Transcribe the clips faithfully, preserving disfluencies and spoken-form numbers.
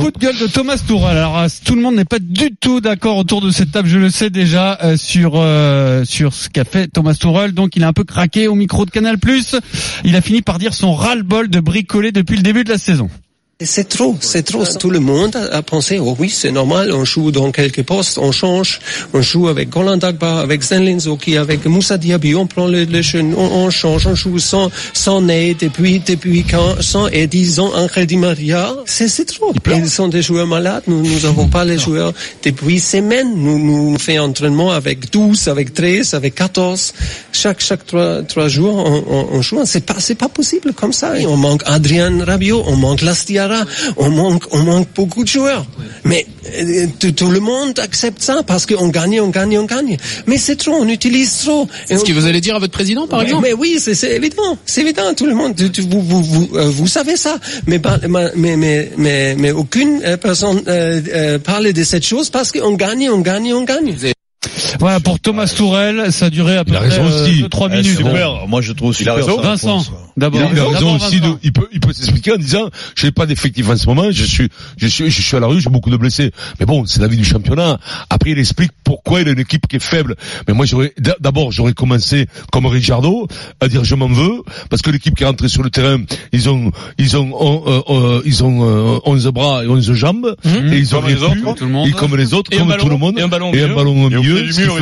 coup de gueule de Thomas Tuchel. Alors tout le monde n'est pas du tout d'accord autour de cette table, je le sais déjà, euh, sur euh, sur ce qu'a fait Thomas Tuchel. Donc il a un peu craqué au micro de Canal plus. Il a fini par dire son ras-le-bol de bricoler depuis le début de la saison. C'est trop, c'est trop. Tout le monde a pensé, oh oui, c'est normal, on joue dans quelques postes, on change, on joue avec Golan Dagba, avec Zenlin Zoki, avec Moussa Diaby, on prend le, le jeune, on, on change, on joue sans, sans Ney, depuis, depuis quand, sans Eddie, sans Angel Di Maria. C'est, c'est trop. Ils sont des joueurs malades, nous, nous avons pas les joueurs depuis semaines. Nous, nous faisons entraînement avec douze, avec treize, avec quatorze. Chaque, chaque trois, trois jours, on, on, on joue. C'est pas, c'est pas possible comme ça. Et on manque Adrien Rabiot, on manque Lastia. On manque, on manque beaucoup de joueurs. Mais euh, tout, tout le monde accepte ça parce qu'on gagne, on gagne, on gagne. Mais c'est trop, on utilise trop. C'est ce on... que vous allez dire à votre président, par mais, exemple. Mais oui, c'est, c'est évident, c'est évident. Tout le monde, tu, vous, vous, vous, euh, vous savez ça. Mais, mais, mais, mais, mais aucune personne euh, euh, parle de cette chose parce qu'on gagne, on gagne, on gagne. Voilà, pour Thomas Tuchel, ça a duré à peu près deux trois euh, minutes. Super, moi je trouve super. Vincent, d'abord. Il a raison aussi, de, il peut, il peut s'expliquer en disant, je n'ai pas d'effectif en ce moment, je suis, je suis, je suis à la rue, j'ai beaucoup de blessés. Mais bon, c'est la vie du championnat. Après, il explique pourquoi il a une équipe qui est faible. Mais moi, j'aurais, d'abord, j'aurais commencé comme Richardo, à dire je m'en veux, parce que l'équipe qui est rentrée sur le terrain, ils ont, ils ont, euh, euh, ils ont, euh, onze bras et onze jambes, mmh. et ils ont comme les autres, tout le monde. Et comme les autres, et comme tout le monde. Et un ballon et un ballon au milieu.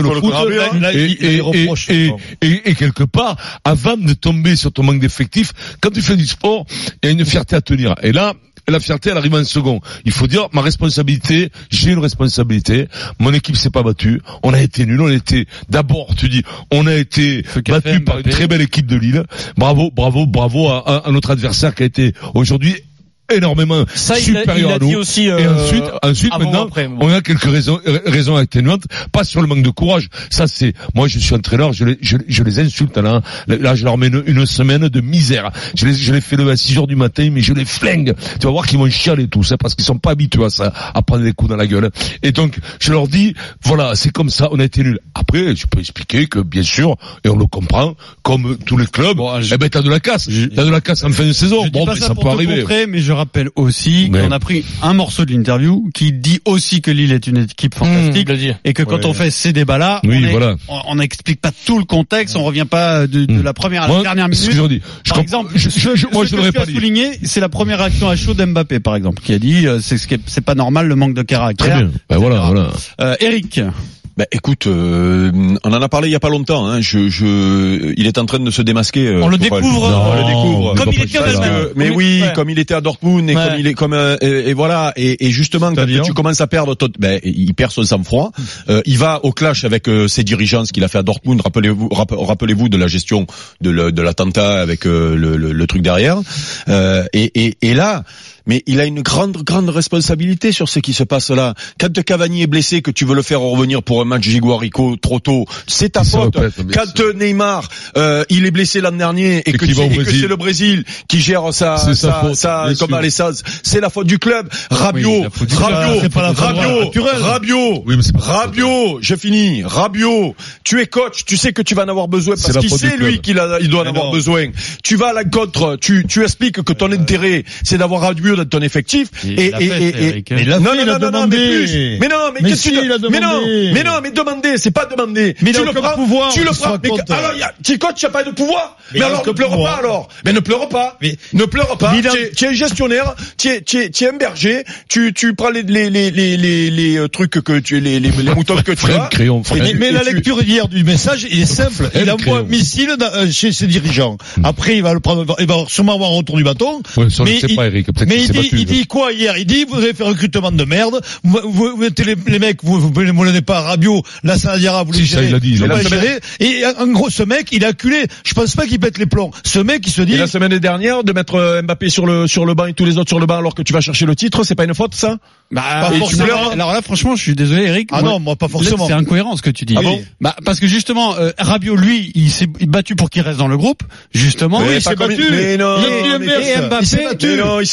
Et quelque part, avant de tomber sur ton manque d'effectifs, quand tu fais du sport, il y a une fierté à tenir. Et là, la fierté, elle arrive en second. Il faut dire, ma responsabilité, j'ai une responsabilité. Mon équipe s'est pas battue. On a été nuls. On a été, d'abord, tu dis, on a été battu par une très belle équipe de Lille. Bravo, bravo, bravo à, à, à notre adversaire qui a été aujourd'hui énormément ça, supérieur il a, il a à nous. Dit aussi, euh, et ensuite, ensuite maintenant, après, on a quelques raisons, raisons atténuantes, pas sur le manque de courage. Ça, c'est, moi, je suis entraîneur, je les, je, je les insulte, là. Là, je leur mets une, une semaine de misère. Je les, je les fais lever à six heures du matin, mais je les flingue. Tu vas voir qu'ils vont chialer tous, hein, parce qu'ils sont pas habitués à ça, à prendre des coups dans la gueule. Et donc, je leur dis, voilà, c'est comme ça, on a été nuls. Après, je peux expliquer que, bien sûr, et on le comprend, comme tous les clubs, bon, je, eh ben, t'as de la casse. Je, t'as de la casse en fin de saison. Je bon, dis pas mais ça, ça pour peut te arriver. Contrer, mais je rappelle aussi mais... qu'on a pris un morceau de l'interview qui dit aussi que Lille est une équipe fantastique mmh, et que quand ouais. on fait ces débats-là, oui, on voilà. on n'explique pas tout le contexte, on revient pas de, de mmh. la première à la moi, dernière minute. Ce que je dis. Je par comp... exemple, je, je, je, moi ce je que l'aurais tu pas as dit. souligné, c'est la première réaction à chaud d'Mbappé, par exemple, qui a dit euh, c'est ce qui est, c'est pas normal le manque de caractère. Très bien. Ben voilà, voilà. Euh, Eric. Ben écoute, euh, on en a parlé il y a pas longtemps. Hein. Je, je, il est en train de se démasquer. Euh, on le découvre. Non, on le découvre. Comme il était à Dortmund. Mais oui, ouais. comme il était à Dortmund et ouais. comme il est comme euh, et, et voilà et, et justement quand tu commences à perdre, ton, ben il perd son sang-froid. Euh, il va au clash avec euh, ses dirigeants, ce qu'il a fait à Dortmund. Rappelez-vous, rappelez-vous de la gestion de, le, de l'attentat avec euh, le, le, le truc derrière. Euh, et, et, et là. Mais il a une grande, grande responsabilité sur ce qui se passe là. Quand Cavani est blessé, que tu veux le faire revenir pour un match Gigo-Rico trop tôt, c'est ta faute. Quand Neymar, euh, il est blessé l'an dernier et, et, que, tu, et que c'est le Brésil qui gère sa, sa, sa, faute, sa comme allez, ça, c'est la faute du club. Rabiot, oui, Rabiot, Rabiot, Rabiot, oui, Rabiot, je finis. Rabiot, tu es coach, tu sais que tu vas en avoir besoin parce qu'il sait lui qu'il a, il doit en avoir besoin. Tu vas à la contre, tu, tu expliques que ton intérêt, c'est d'avoir Rabiot de ton effectif et et et, et mais non non non non, non mais plus mais non mais, mais qu'est-ce si, que tu mais non mais non mais demander c'est pas demander mais tu le prends pouvoir, tu le prends mais alors il y a tu coach tu as pas de pouvoir mais, mais alors ne pleure pas alors mais ne pleure pas mais ne pleure pas tu es gestionnaire tu es tu es tu es un berger tu tu prends les les les les les les trucs que tu les les les moutons que tu as mais la lecture hier du message il est simple il envoie un missile chez ses dirigeants après il va le prendre il va sûrement avoir un retour du bâton mais c'est pas Eric peut-être il dit, il dit quoi hier? Il dit vous avez fait un recrutement de merde. Vous, vous, vous les, les mecs, vous vous ne moulez pas Rabiot, la Sanadiara, vous les si, gérez. Ça, il a dit, vous il a les gérez. Et en gros, ce mec, il a acculé. Je pense pas qu'il pète les plombs. Ce mec, il se dit. Et la semaine dernière, de mettre Mbappé sur le sur le banc et tous les autres sur le banc alors que tu vas chercher le titre, c'est pas une faute ça? Bah, et tu pleures. Alors là, franchement, je suis désolé, Eric. Ah moi, non, moi pas forcément. C'est incohérent ce que tu dis. Ah bon? Bah parce que justement, euh, Rabiot, lui, il s'est battu pour qu'il reste dans le groupe, justement. Oui, il s'est battu. Mais non, il s'est battu. Mais non, il s'est écrasé.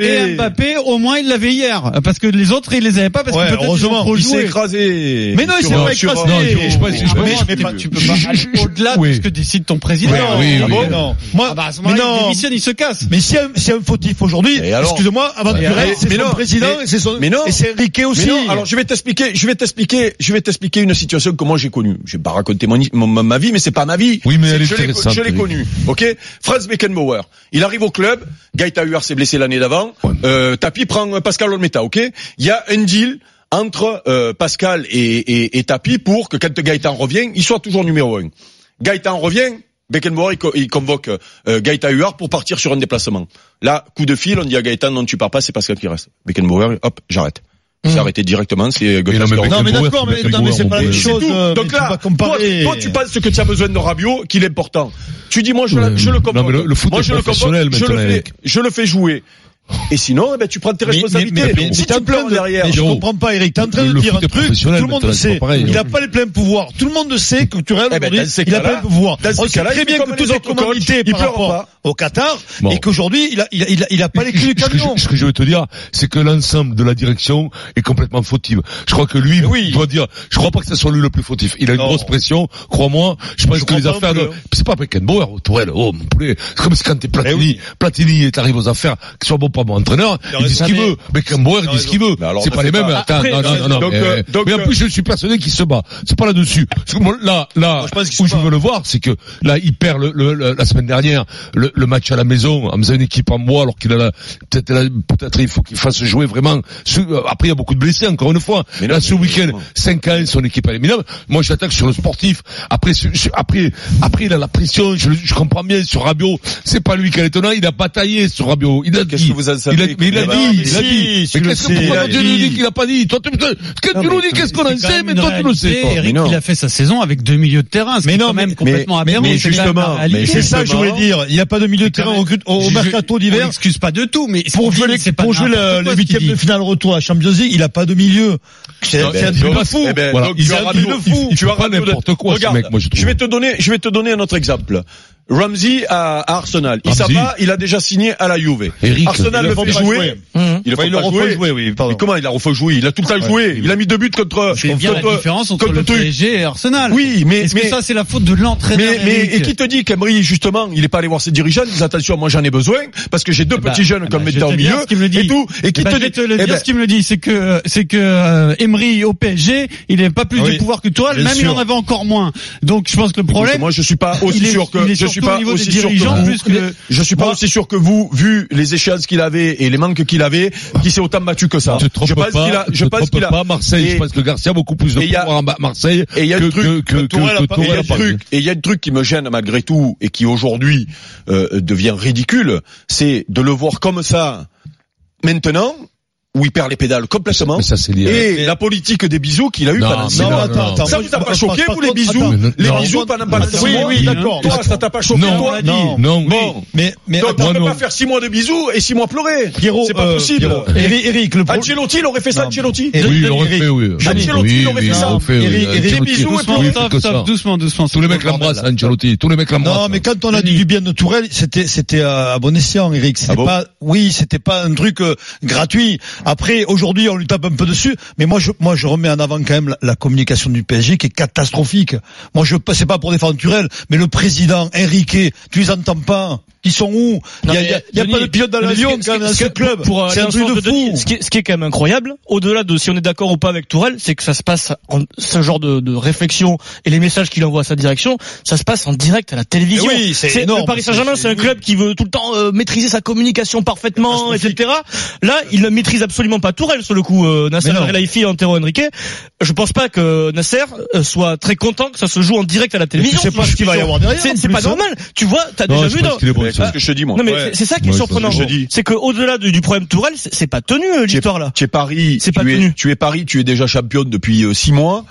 et Mbappé, au moins, il l'avait hier. Parce que les autres, ils les avaient pas parce ouais, que peut-être heureusement, ils ont il s'est écrasé. Mais non, il s'est pas écrasé. Non, je, je, pas, je, mais, mais, mais tu peux pas aller au-delà oui. de ce que décide ton président. Oui, oui, ah oui, bon, oui. non. Moi, ah bah, à ce mais moment-là, non. il démissionne, il se casse. Mais si un, si un fautif aujourd'hui, excusez-moi, avant de mais, durer, c'est mais son non, président mais, et c'est son, mais non, et c'est Riquet aussi. Mais non, alors je vais t'expliquer, je vais t'expliquer, je vais t'expliquer une situation que moi j'ai connue. Je vais pas raconter mon, mon ma vie, mais c'est pas ma vie. Oui, mais elle est je l'ai, intéressante. je l'ai connue. Ok, Franz Beckenbauer. Il arrive au club. Gaëtan Huard s'est blessé l'année d'avant. Ouais. Euh, Tapi prend Pascal Olmeta. Ok, il y a un deal entre euh, Pascal et, et, et Tapi pour que quand Gaëtan revient, il soit toujours numéro un. Gaëtan revient. Beckenbauer, il convoque euh, Gaëtan Huard pour partir sur un déplacement. Là, coup de fil, on dit à Gaëtan, non, tu pars pas, c'est Pascal qui reste. Beckenbauer, hop, j'arrête. Il s'est arrêté directement, c'est Mais non, mais Non, mais d'accord, mais, non, mais c'est pas la même c'est chose. tout. euh, Donc mais tu là, vas toi, comparer. toi, tu penses que tu as besoin de Rabiot, qu'il est important. Tu dis, moi, je, Ouais. le, je le convoque. Non, mais le- le foot moi, est je le convoque, professionnel je le maintenant, fais, Eric. je le fais jouer. Et sinon, eh ben, tu prends tes Mais- responsabilités. mais- mais- mais si t'es en tu pleures train de- derrière, mais je Gros. comprends pas, Eric. T'es en train de Le dire foot un est truc, professionnel, tout le monde maintenant, le c'est sait. pas pareil, Il hein. a pas les pleins pouvoirs. Tout le monde sait que Tourelle, Eh ben, aujourd'hui, dans ces il a cas-là, plein pouvoir. dans ces On sait cas-là, très il bien fait que comme tout les est autres coachs, commandité il par pleure rapport pas. au Qatar Bon. et qu'aujourd'hui, il a, il a, il a, il a pas les clés du Ce que, je, camion. ce que je veux te dire, c'est que l'ensemble de la direction est complètement fautive. Je crois que lui, Mais oui. il doit dire, je crois pas que ce soit lui le plus fautif. Il a une Non. grosse pression, crois-moi. Je pense Je que les crois pas affaires non de, plus, hein. c'est pas Beckenbauer, Tourelle, oh, mon poulet. C'est comme si quand t'es Platini, oui. Platini, t'arrives aux affaires, qu'il soit bon pas bon entraîneur, T'as il dit ce raison. qu'il veut. Beckenbauer, il dit ce qu'il veut. Mais alors, C'est ne pas fais les mêmes. pas. Attends, Après, non, non, non, non. donc, mais, euh, donc, mais en euh, plus, je suis persuadé qu'il se bat. C'est pas là-dessus. Parce que moi, là, là, Moi, je pense qu'il où se je bat. veux le voir, c'est que là, il perd le, le- le- la semaine dernière le, le match à la maison en faisant une équipe en bois, alors qu'il a la, peut-être, la- peut-être il faut qu'il fasse jouer vraiment. Ce- après, il y a beaucoup de blessés, encore une fois. Mais non, là, ce mais- week-end, cinq à un, son équipe est minable. Moi, j'attaque sur le sportif. Après, sur- sur- après, après, il a la pression. Je, je comprends bien sur Rabiot. C'est pas lui qui est étonnant. Il a bataillé sur Rabiot. Il a Qu'est-ce dit. que vous en il a, savez mais il a que- dit. mais Il a si, dit. tu Mais le qu'est-ce sais, que pourquoi il a tu nous dit. dis qu'il a pas dit? Toi, tu, que tu nous dis qu'est-ce qu'on en C'est quand sait, même mais une toi, tu le sais. réalité, pas. Eric, Mais non. il a fait sa saison avec deux milieux de terrain. Ce Mais qui est non, quand mais- même complètement mais- aberrant. mais C'est quand même justement, la réalité. mais C'est ça que je voulais justement, dire. Il n'y a pas de milieu de terrain au, au Je- mercato On d'hiver. n'excuse pas de tout, mais Pour jouer, les, c'est pas pour jouer n'importe le, quoi le ce qu'il huitième dit. de finale retour à la Champions League, il a pas de milieu. C'est Eh ben, c'est un tu truc vois, de fou. Eh ben, Voilà. donc, Il tu a as un Rabiot. truc de fou. Tu Il as fait pas Rabiot de- n'importe quoi, ce Regarde, mec, moi, je trouve. je vais te donner, je vais te donner un autre exemple. Ramsey à, à Arsenal. Issa Ramsey. Ba, il a déjà signé à la Juve. Eric, Arsenal ils le le font fait pas jouer. jouer. Il le Ouais, fait il pas le refait jouer. jouer, oui, pardon. Mais comment il a refait jouer? Il a tout le temps joué. Il a mis deux buts contre, C'est bien la contre, différence entre contre le truc. P S G et Arsenal. Oui, mais, Est-ce mais, que ça, c'est la faute de l'entraîneur mais, mais, Eric et qui te dit qu'Emery, justement, il est pas allé voir ses dirigeants, il dit attention, moi j'en ai besoin, parce que j'ai deux Eh ben, petits jeunes eh comme ben, je mettant vais au te dire milieu, ce qu'il me dit. et tout, et qui Bah, te je vais dit, te le eh dire ben, ce qu'il me le dit, c'est que c'est que euh, Emery au P S G, il n'avait pas plus Oui, de pouvoir que toi, bien même il sûr. en avait encore moins. Donc je pense que le problème, moi je suis pas aussi il est- sûr que il est je suis surtout pas au niveau aussi des sûr que dirigeants vous. plus que- Je suis pas Moi- aussi sûr que vous, vu les échéances qu'il avait et les manques qu'il avait, qui s'est autant battu que ça. Tu te trompes je pense pas, qu'il a, tu je te pense trompes qu'il a. pas, Marseille, Et- je pense que Garcia a beaucoup plus de et il y a- pouvoir à Marseille Et il y a que, le truc, que, que, que Tourelle que, a que pas- et il y a Tourelle a le pas truc, vu. et il y a le truc qui me gêne malgré tout et qui aujourd'hui euh, devient ridicule, c'est de le voir comme ça maintenant où il perd les pédales complètement. Mais ça, c'est lié. Et la politique des bisous qu'il a eu Non, pendant mais six Non, mois. attends, attends. Ça Moi, vous a je- pas par- choqué, par vous, les contre, bisous? attends. Mais Les non. bisous pendant pendant Attends. six Oui, mois? oui, d'accord. Toi, ça t'a pas choqué, Non, toi? Non, Non, Bon. mais, mais, Donc, attends, on peut non. pas faire six mois de bisous et six mois pleurer. Pierrot, C'est pas euh, possible. Pierrot. Eric, Eric, le problème. Ancelotti, il aurait fait ça, Non. Ancelotti. Eric, Oui, il l'aurait Eric, fait, oui. Ancelotti, oui, il aurait oui, fait ça. l'aurait fait, oui. Eric, Eric, Ancelotti, bisous et oui, doucement, il fait stop, que stop, ça. doucement, doucement. Tous les mecs l'embrassent, Ancelotti. Tous les mecs l'embrassent. Non, mais quand on a dit du bien de Tourelle, c'était c'était à bon escient, Eric. C'était Ah bon pas, oui, c'était pas un truc euh, gratuit. Après, aujourd'hui, on lui tape un peu dessus, mais moi, je moi, je remets en avant quand même la, la communication du P S G qui est catastrophique. Moi, je c'est pas pour défendre Tourelle, mais le président, Enrique, tu les entends pas. Ils sont où? Il y a, il y a, il y a Denis, pas de pilote dans non, mais l'avion ce qui- quand même dans ce ce qui- club. pour, euh, C'est un aller dans truc le de sens Denis, fou. Ce qui, est, ce qui est quand même incroyable, au-delà de si on est d'accord ou pas avec Tourelle, c'est que ça se passe en ce genre de, de réflexion et les messages qu'il envoie à sa direction, ça se passe en direct à la télévision. Mais oui, c'est le énorme. Paris Saint-Germain, C'est- c'est un oui. club qui veut tout le temps euh, maîtriser sa communication parfaitement, et cetera. Là, il ne maîtrise absolument pas Tourelle sur le coup. Euh, Nasser Mais non. Al-Khelaifi et Antero Henrique. Je pense pas que Nasser euh, soit très content que ça se joue en direct à la télévision. tu sais pas ce qu'il va y avoir derrière, C'est en c'est plus, pas hein. normal. Tu vois, t'as Non, déjà je vu pense dans. qu'il est bon, C'est ça. ce que je te dis, moi. Non mais Ouais. c'est- c'est ça qui est Ouais, surprenant. c'est ce que je dis. C'est que au-delà du, du problème Tourelle, c'est c'est pas tenu euh, l'histoire là. Tu es Paris, C'est pas tu es, tenu. tu es Paris, tu es déjà champion depuis euh, six mois.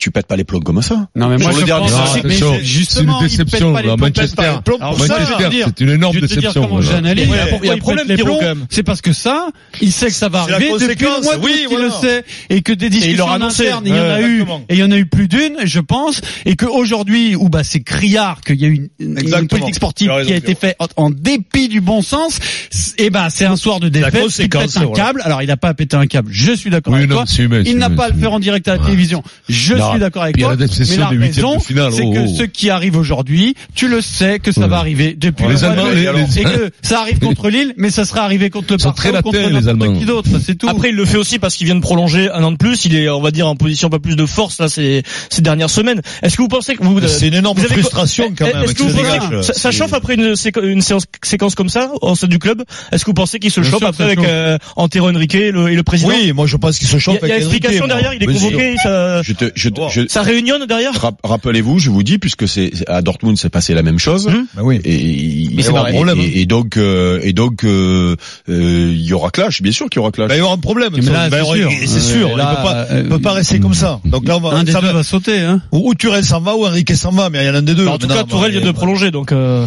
tu pètes pas les plombs comme ça. Non, mais moi, je pense, c'est justement, c'est une déception, là. Manchester, Manchester, c'est une énorme déception. Comment j'analyse, il y a un problème, Pierrot, quand même. C'est parce que ça, il sait que ça va arriver depuis le mois d'août, il le sait. Et que des discussions internes, il y en a eu, et il y en a eu plus d'une, je pense, et qu'aujourd'hui, où bah, c'est criard qu'il y a eu une, une politique sportive qui a été faite en dépit du bon sens, et ben, c'est un soir de défaite, il pète un câble. Alors, il n'a pas à péter un câble. Je suis d'accord avec toi. Il n'a pas à le faire en direct à la télévision. Je suis d'accord avec toi. Mais la raison, c'est que ce qui arrive aujourd'hui, tu le sais que ça va arriver depuis les Allemands, et que ça arrive contre Lille, mais ça sera arrivé contre le Barça ou contre n'importe qui d'autre. C'est tout. Après, il le fait aussi parce qu'il vient de prolonger un an de plus. Il est, on va dire, en position pas plus de force là ces, ces dernières semaines. Est-ce que vous pensez que vous, c'est une énorme frustration quand même. Est-ce que vous pensez, ça, ça chauffe après une, séquence, une séance, séquence comme ça au sein du club? Est-ce que vous pensez qu'il se chauffe après avec euh, Antero Henrique et le, et le président? Oui, moi je pense qu'il se chauffe. Il y a, avec il y a explication derrière. Il est convoqué. Ça, je te, je, je, ça réunionne derrière. Rappelez-vous, je vous dis, puisque c'est à Dortmund, c'est passé la même chose. Mmh. Bah oui. Et, mais c'est pas un problème. Et, et donc, euh, et donc, euh, euh, il y aura clash, bien sûr qu'il y aura clash. Bah, il y aura un problème. Mais là, c'est sûr. C'est sûr. Là, il peut pas, euh, peut pas rester comme ça. Donc là, on va, un des deux va, va sauter, hein. Ou, ou Tourelle s'en va, ou Henrique s'en va, mais il y en a un des deux. En tout cas, Tourelle vient de prolonger, donc, euh,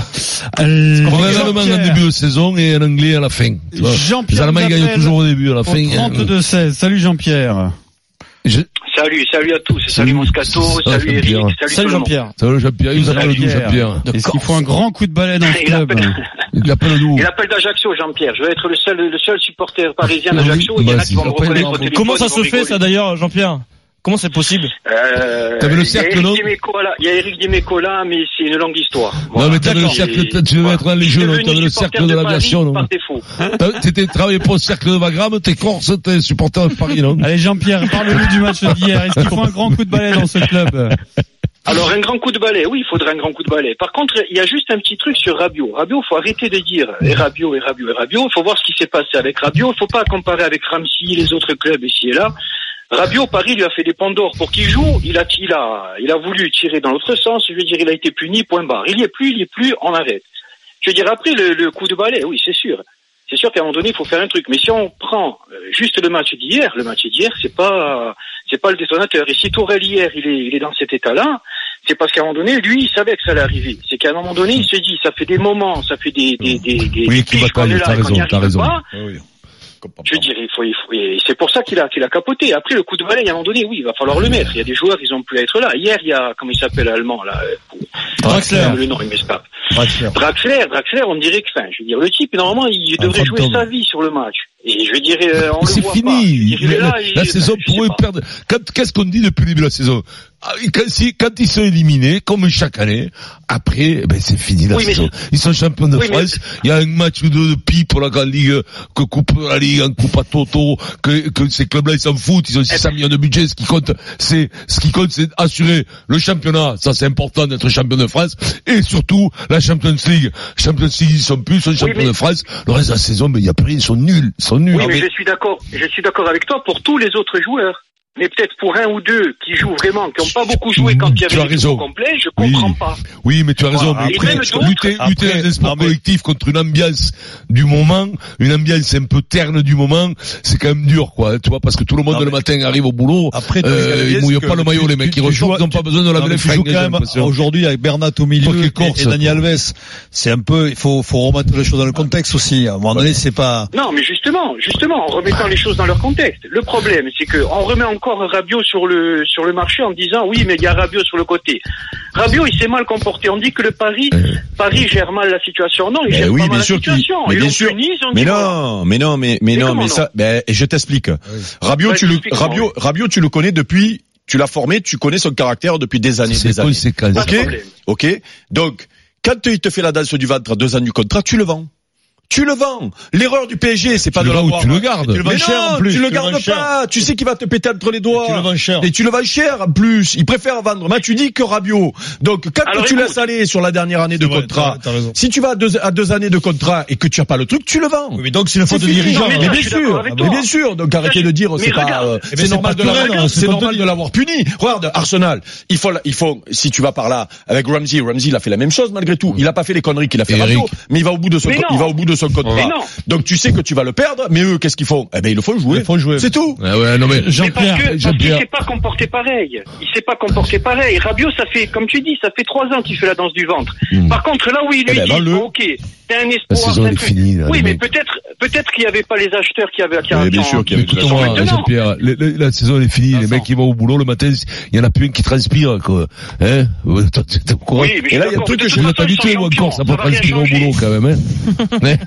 euh on a un Allemand en début de saison et un Anglais à la fin. Jean-Pierre. Les Allemands gagnent toujours au début, à la fin. trente-deux seize. Salut Jean-Pierre. Je... Salut, salut à tous. Salut, salut Moscato, salut, salut Eric, salut, salut Jean-Pierre. Salut Jean-Pierre. Il appelle d'où Jean-Pierre? Est-ce qu'il faut un grand coup de balai dans ce club? Il appelle d'où? Il appelle d'Ajaccio, Jean-Pierre. Je vais être le seul, le seul supporter parisien d'Ajaccio. Il y en a qui vont me reconnaître au téléphone. Comment ça se fait ça d'ailleurs, Jean-Pierre? Comment c'est possible? Euh, t'avais le cercle, non? Il y a Eric Dimeco là, mais c'est une longue histoire. Voilà. Non, mais t'avais le cercle, tu veux être dans les jeux, t'avais le cercle de l'aviation, non? T'étais travaillé pour le cercle de Wagram, t'es Corse, t'es supporter de Paris, non? Allez, Jean-Pierre, parle-nous du match d'hier. Est-ce qu'il faut un grand coup de balai dans ce club? Alors, un grand coup de balai, oui, il faudrait un grand coup de balai. Par contre, il y a juste un petit truc sur Rabiot. Rabiot, faut arrêter de dire et Rabiot, et Rabiot, et Rabiot. Il faut voir ce qui s'est passé avec Rabiot. Il faut pas comparer avec Ramsey, les autres clubs ici et là. Rabiot, Paris lui a fait des pans d'or pour qu'il joue. Il a, il a, il a voulu tirer dans l'autre sens. Je veux dire, il a été puni, point barre. Il y est plus, il y est plus, on arrête. Je veux dire, après le, le coup de balai, oui, c'est sûr. C'est sûr qu'à un moment donné, il faut faire un truc. Mais si on prend juste le match d'hier, le match d'hier, c'est pas, c'est pas le détonateur. Et si Tourelle hier, il est, il est dans cet état-là, c'est parce qu'à un moment donné, lui, il savait que ça allait arriver. C'est qu'à un moment donné, il se dit, ça fait des moments, ça fait des, des, des, des, oui, qui va pas, t'as raison, t'as raison. Oui. Je veux dire, il faut, il faut, et c'est pour ça qu'il a, qu'il a capoté. Après, le coup de balai, à un moment donné, oui, il va falloir le mettre. Il y a des joueurs, ils ont pu être là. Hier, il y a, comment il s'appelle, l'allemand, là, Draxler. Le nom, il m'escape. Draxler. Draxler, Draxler, on dirait que, enfin, je veux dire, le type, normalement, il devrait jouer sa vie sur le match. Et je veux dire, on le voit fini. pas. Dire, il est là, il, la saison pourrait perdre. Quand, qu'est-ce qu'on dit depuis le début de la saison? Quand, si, quand ils sont éliminés, comme chaque année, après, ben, c'est fini la oui, saison. Ils sont champions de oui, France. Mais... Il y a un match ou deux de pipe pour la Grande Ligue, que coupe la Ligue, en coupe à Toto, que, que ces clubs-là, ils s'en foutent. Ils ont six cents millions de budget. Ce qui compte, c'est, ce qui compte, c'est assurer le championnat. Ça, c'est important d'être champion de France. Et surtout, la Champions League. Champions League, ils sont plus, ils sont champions oui, mais... de France. Le reste de la saison, ben, il y a plus rien, ils sont nuls. Ils sont nuls. Oui, mais je suis d'accord. Je suis d'accord avec toi pour tous les autres joueurs. Mais peut-être pour un ou deux qui jouent vraiment, qui n'ont pas beaucoup joué quand il y avait le complet, je comprends oui. pas. Oui, mais tu as raison. Voilà. Mais après, lutter, après, lutter dans un sport collectif contre une ambiance du moment, une ambiance un peu terne du moment, c'est quand même dur, quoi. Tu vois, parce que tout le monde non, le matin arrive au boulot, après, euh, ils mouillent pas le maillot, les mecs qui ressortent, ils n'ont pas besoin de laver les fringues. Aujourd'hui, avec Bernat au milieu et, et Dani Alves, c'est un peu, il faut, faut remettre les choses dans le contexte aussi. À un moment donné, c'est pas... Non, mais justement, justement, en remettant les choses dans leur contexte. Le problème, c'est que, on remet encore Rabiot sur le sur le marché en disant oui mais il y a Rabiot sur le côté. Rabiot il s'est mal comporté. On dit que le Paris euh... Paris gère mal la situation. Non, il ben gère oui, pas bien mal sûr la situation. Mais ils bien l'ont sûr. puni, ils ont mais dit non, voilà. mais non, mais mais, mais non, mais ça. Ben je t'explique. Oui. Rabiot, ouais, tu le Rabiot, Rabiot, tu le connais depuis. Tu l'as formé, tu connais son caractère depuis des années, c'est des années. Ok, ok. Donc quand il te fait la danse du ventre à deux ans du contrat, tu le vends. Tu le vends. L'erreur du P S G, c'est pas de l'avoir. Tu le gardes. Tu le vends cher en plus. Tu le gardes pas. Tu sais qu'il va te péter entre les doigts. Tu le vends cher. Et tu le vends cher en plus. Il préfère vendre Matuidi que Rabiot. Donc quand Alors, tu écoute, laisses aller sur la dernière année de vrai, contrat, t'as, t'as si tu vas à deux, à deux années de contrat et que tu as pas le truc, tu le vends. Oui, mais donc c'est une faute de dirigeant. Mais, mais bien sûr. Mais bien sûr. Donc arrêtez de dire c'est pas. C'est normal de l'avoir. C'est normal de l'avoir puni. Regarde Arsenal. Il faut, il faut. Si tu vas par là avec Ramsey, Ramsey il a fait la même chose malgré tout. Il a pas fait les conneries qu'il a fait Rabiot, mais il va au bout de son, il va au bout de de son contrat. Mais non. Donc tu sais que tu vas le perdre, mais eux, qu'est-ce qu'ils font? Eh ben, ils le font jouer. Ils le font jouer. C'est tout. Ouais, ouais, non mais, Mais parce que, parce qu'il Jean-Pierre. s'est pas comporté pareil. Il s'est pas comporté pareil. Rabiot, ça fait, comme tu dis, ça fait trois ans qu'il fait la danse du ventre. Mm. Par contre, là où il lui Eh ben, dit, dans le- bon, ok, t'es un La espoir. saison, c'est un elle est truc. finie, là, Oui, les mais mecs. peut-être, peut-être qu'il y avait pas les acheteurs qui avaient, qui Eh, avaient, bien sûr qu'il y avait des Écoute-moi, Maintenant. Jean-Pierre, le- le- la saison elle est finie, les mecs qui vont au boulot le matin, il y en a plus un qui transpire, quoi. Hein? Ouais, toi, t'es au courant? Oui, mais Et là, il y a un truc que je Vous êtes habitué, ou encore, ça peut transpirer au boulot, quand même, hein?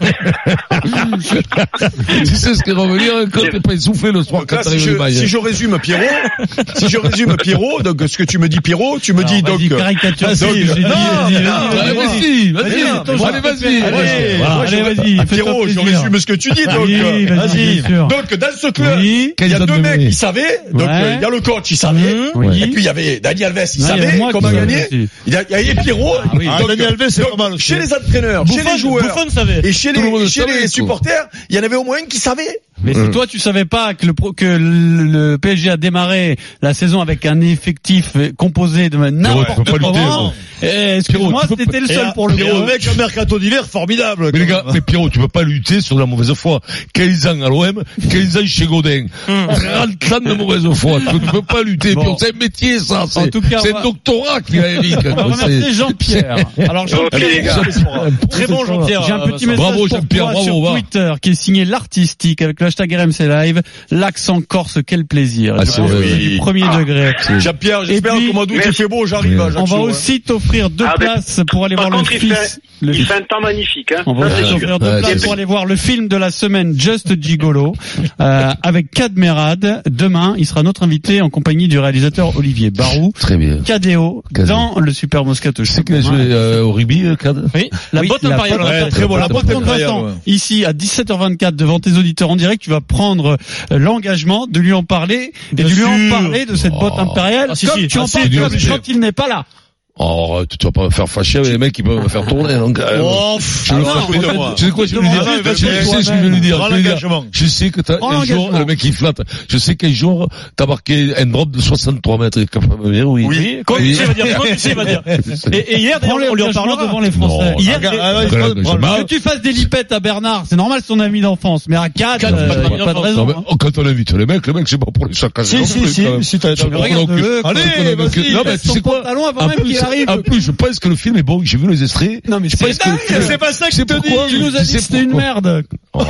Tu sais ce qui est revenir, quand t'es pas essoufflé le soir, Donc quand là, si t'arrives je, le bail. si je résume Pierrot, si je résume Pierrot, donc ce que tu me dis Pierrot, tu me dis donc. Vas-y, caricature. donc, J'ai dit, non, vas-y, non, vas-y, Allez, vas-y. vas-y, vas-y, non, mais moi, allez, vas-y. Allez, Voilà, allez, je- vas-y, Ah, fais-toi Pierrot, je plaisir. résume ce que tu dis, donc. Oui, euh, vas-y, bien sûr. Donc, dans ce club, Oui. il y a Quelle deux zone de mecs mêlée. qui savaient, donc, Ouais. euh, il y a le coach, il savait, Oui. et puis il y avait Dani Alves, il Non, il y avait savait moi comment qui gagner, savais aussi. il y a- il y avait Pierrot, oui. Ah, donc, Dani Alves, c'est donc, pas mal aussi. chez les entraîneurs, chez les joueurs, Buffon savait. et chez Tout le monde les, chez savait, les quoi. supporters, il y en avait au moins un qui savait. Mais si toi tu savais pas que le pro- que le le P S G a démarré la saison avec un effectif composé de Pierrot, n'importe tu peux pas lutter, comment, gros. eh, excuse-moi, Pierrot, tu peux c'était le Et seul un- pour le et un coup. mec, un mercato d'hiver formidable. Mais les quand gars, même. mais Pierrot, tu peux pas lutter sur la mauvaise foi. quinze ans à l'O M, quinze ans chez Godin. trente ans de mauvaise foi. Tu peux pas lutter. Bon. Pierrot, c'est un métier, ça. C'est, En tout cas, c'est on un va- doctorat qu'il a, Eric. On va remercier Jean-Pierre. Alors Ok, Jean-Pierre, les gars. Très bon, Jean-Pierre. j'ai un petit message Bravo, pour Jean-Pierre, toi bravo, sur va. Twitter qui est signé l'artistique avec le hashtag R M C Live. L'accent corse, quel plaisir. Ah, Je c'est pense vrai, que c'est oui. du premier degré. Jean-Pierre, j'espère puis- qu'au mois d'août il fait beau, j'arrive à On va Ajaccio, hein. aussi t'offrir deux Ah, ben, places pour aller par voir contre, le il fils. fait, le il fait un temps magnifique, hein. On va Ça, aussi c'est sûr. t'offrir deux Ouais, places c'est pour aller voir le film de la semaine Just Gigolo euh, avec Cadmerad. Demain, il sera notre invité en compagnie du réalisateur Olivier Barou. Très bien. Cadéo Cadéo. dans le Super Moscato Tu Show. sais qu'il a joué euh, au rugby, euh, Cad? Oui. La Oui, botte la impériale. botte Ouais, impériale. très bon. La La botte botte impériale. impériale, ouais. Ici, à dix-sept heures vingt-quatre, devant tes auditeurs en direct, tu vas prendre euh, l'engagement de lui en parler et Bien de lui en sûr. parler de cette botte Oh. impériale Ah, si, comme si. tu en Ah, si, parles du quand, respect. quand il n'est pas là. Oh, tu vas pas me faire fâcher avec les mecs qui peuvent me faire tourner, donc, euh, Oh, je le non, fais. mais moi. Tu sais quoi, je vais lui dire? Ah, Je vas-y, sais vas-y, ce que je vais lui dire. prends Je vais lui dire, l'engagement. je sais que t'as, Prends un jour, l'engagement. le mec il flatte. Je sais qu'un jour, t'as marqué un drop de soixante-trois mètres. Il est capable de me dire oui. Oui. Comment tu sais, il va dire. Comment tu sais, il va dire. Et, et hier, Prends d'ailleurs, on lui en l'engagement parlera. devant les Français. Non, Hier, Regarde, et- ah ouais, Regarde, prends- prends- je marre. Que tu fasses des lipettes à Bernard, c'est normal, son ami d'enfance. Mais à Cad, Cad, euh, pas de y a pas de d'enfance. raison. Non, mais, hein. oh, quand on invite les mecs, les mecs, c'est pas pour les saccager. Si, non si, plus, si, quand même. si, t'as- t'as- Donc, Regarde-le, allez, quoi. vas-y. Non, mais tu Son sais quoi? pantalon avant En même plus, qu'il arrive. en plus, je pense que le film est bon. J'ai vu les extraits. Non, mais je pense que le film- C'est pas ça que C'est je te dis. pourquoi Tu nous as Tu dit sais que c'était une pourquoi merde. Ah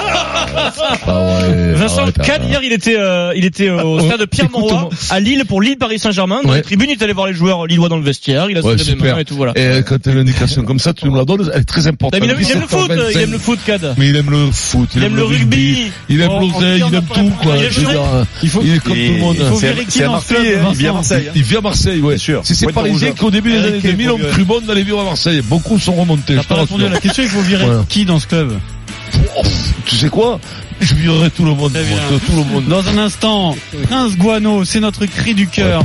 ouais. Vincent, arrête, Cad, arrête. hier, il était, euh, il était euh, au Ah, stade Pierre-Mauroy, écoute-moi. à Lille, pour Lille-Paris Saint-Germain. Dans Ouais. les tribunes, il est allé voir les joueurs lillois dans le vestiaire. Il a Ouais, serré les super. mains et tout, voilà. Et quand t'as une indication comme ça, tu nous la donnes, elle est très importante. Il aime, il aime le foot, il aime le foot, Cad. Mais il aime le foot, il, Il aime le rugby. il aime Bon, l'oseille, en il tout aime cas, tout, quoi. il est Je veux vrai. dire, Il faut- il est comme tout le monde. Il faut C'est- vérifier c'est à dans ce club, Marseille, hein, il vit à Vincent. Marseille. Il vit à Marseille, ouais. Bien sûr. C'est ces Pointe Parisiens rouge. qui, au début des Eric années deux mille, ont Evogue. cru bon d'aller vivre à Marseille. Beaucoup sont remontés. T'as je te pas répondu à rassure. la question, il faut virer Voilà. qui dans ce club? Oh, tu sais quoi? Je virerai tout le monde. Très moi, bien. Tout le monde. Dans un instant, Prince Guano, c'est notre cri du cœur.